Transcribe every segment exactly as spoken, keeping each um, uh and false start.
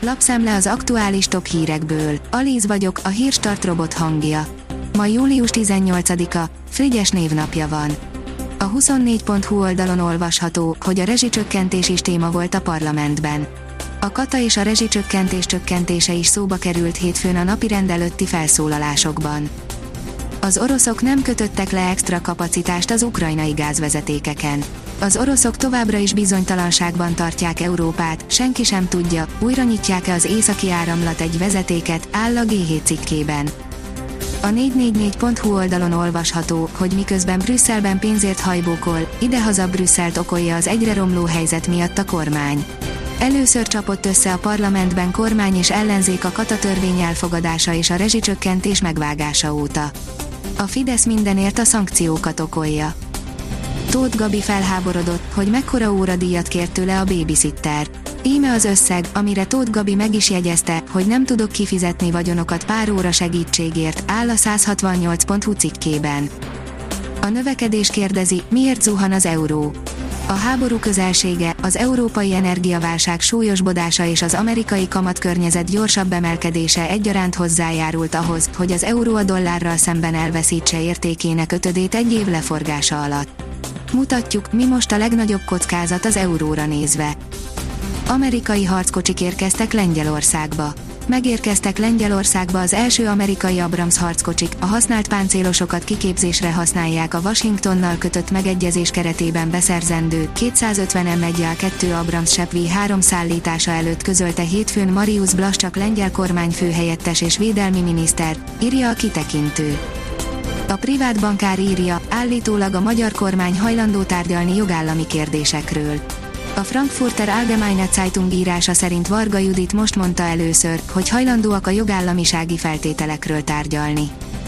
Lapszemle az aktuális top hírekből. Alíz vagyok, a Hírstart robot hangja. Ma július tizennyolcadika, Frigyes névnapja van. A huszonnégy pont hu oldalon olvasható, hogy a rezsicsökkentés is téma volt a parlamentben. A kata és a rezsicsökkentés csökkentése is szóba került hétfőn a napirend előtti felszólalásokban. Az oroszok nem kötöttek le extra kapacitást az ukrajnai gázvezetékeken. Az oroszok továbbra is bizonytalanságban tartják Európát, senki sem tudja, újra nyitják-e az északi áramlat egy vezetéket, áll a gé hét cikkében. A négy négy négy pont hu oldalon olvasható, hogy miközben Brüsszelben pénzért hajbókol, idehaza Brüsszelt okolja az egyre romló helyzet miatt a kormány. Először csapott össze a parlamentben kormány és ellenzék a kata törvény elfogadása és a rezsicsökkentés megvágása óta. A Fidesz mindenért a szankciókat okolja. Tóth Gabi felháborodott, hogy mekkora óradíjat kért tőle a babysitter. Íme az összeg, amire Tóth Gabi meg is jegyezte, hogy nem tudok kifizetni vagyonokat pár óra segítségért, áll a száz hatvannyolc pont hu cikkében. A növekedés kérdezi, miért zuhan az euró. A háború közelsége, az európai energiaválság súlyosbodása és az amerikai kamatkörnyezet gyorsabb emelkedése egyaránt hozzájárult ahhoz, hogy az euró a dollárral szemben elveszítse értékének ötödét egy év leforgása alatt. Mutatjuk, mi most a legnagyobb kockázat az euróra nézve. Amerikai harckocsik érkeztek Lengyelországba. Megérkeztek Lengyelországba az első amerikai Abrams harckocsik, a használt páncélosokat kiképzésre használják a Washingtonnal kötött megegyezés keretében beszerzendő kétszázötven em egy á kettő Abrams Sep vé három szállítása előtt, közölte hétfőn Mariusz Blaszczak lengyel kormányfőhelyettes és védelmi miniszter, írja a kitekintő. A privát bankár írja, állítólag a magyar kormány hajlandó tárgyalni jogállami kérdésekről. A Frankfurter Allgemeine Zeitung írása szerint Varga Judit most mondta először, hogy hajlandóak a jogállamisági feltételekről tárgyalni.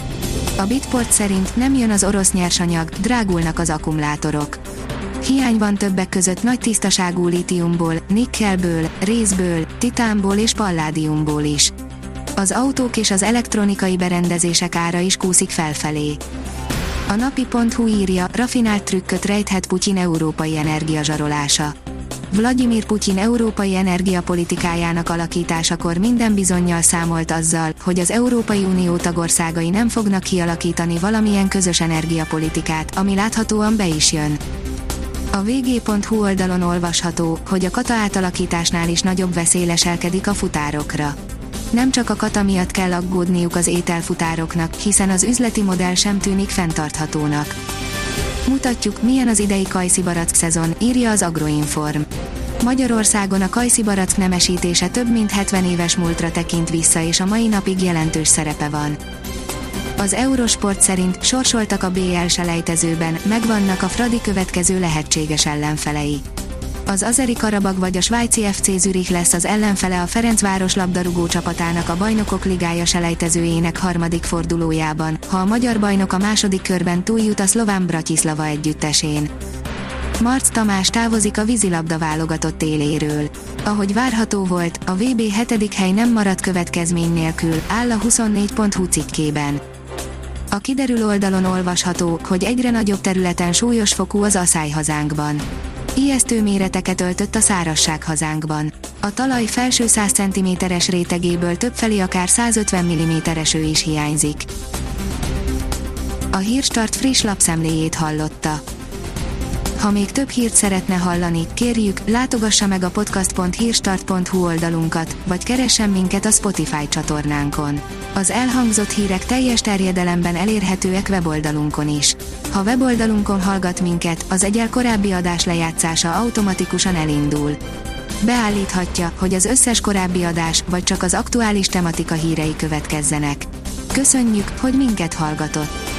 A Bitport szerint nem jön az orosz nyersanyag, drágulnak az akkumulátorok. Hiány van többek között nagy tisztaságú lítiumból, nikkelből, rézből, titánból és palládiumból is. Az autók és az elektronikai berendezések ára is kúszik felfelé. A napi pont hu írja, rafinált trükköt rejthet Putyin európai energiazsarolása. Vladimir Putyin európai energiapolitikájának alakításakor minden bizonnyal számolt azzal, hogy az Európai Unió tagországai nem fognak kialakítani valamilyen közös energiapolitikát, ami láthatóan be is jön. A vé gé pont hu oldalon olvasható, hogy a kata átalakításnál is nagyobb veszély leselkedik a futárokra. Nem csak a kata miatt kell aggódniuk az ételfutároknak, hiszen az üzleti modell sem tűnik fenntarthatónak. Mutatjuk, milyen az idei kajszibarack szezon, írja az Agroinform. Magyarországon a kajszibarack nemesítése több mint hetven éves múltra tekint vissza, és a mai napig jelentős szerepe van. Az Eurosport szerint sorsoltak a bé el selejtezőben, megvannak a Fradi következő lehetséges ellenfelei. Az Azeri Karabag vagy a svájci ef cé Zürich lesz az ellenfele a Ferencváros labdarúgó csapatának a Bajnokok Ligája selejtezőjének harmadik fordulójában, ha a magyar bajnok a második körben túljut a szlován Bratislava együttesén. Marc Tamás távozik a vízilabda válogatott éléről. Ahogy várható volt, a vé bé hetedik hely nem maradt következmény nélkül, áll a huszonnégy pont hu cikkében. A kiderül oldalon olvasható, hogy egyre nagyobb területen súlyos fokú az aszály hazánkban. Ijesztő méreteket öltött a szárazság hazánkban. A talaj felső száz centiméteres rétegéből többfelé akár százötven milliméter eső is hiányzik. A Hírstart friss lapszemléjét hallotta. Ha még több hírt szeretne hallani, kérjük, látogassa meg a podcast pont hírstart pont hu oldalunkat, vagy keressen minket a Spotify csatornánkon. Az elhangzott hírek teljes terjedelemben elérhetőek weboldalunkon is. Ha weboldalunkon hallgat minket, az egyel korábbi adás lejátszása automatikusan elindul. Beállíthatja, hogy az összes korábbi adás, vagy csak az aktuális tematika hírei következzenek. Köszönjük, hogy minket hallgatott!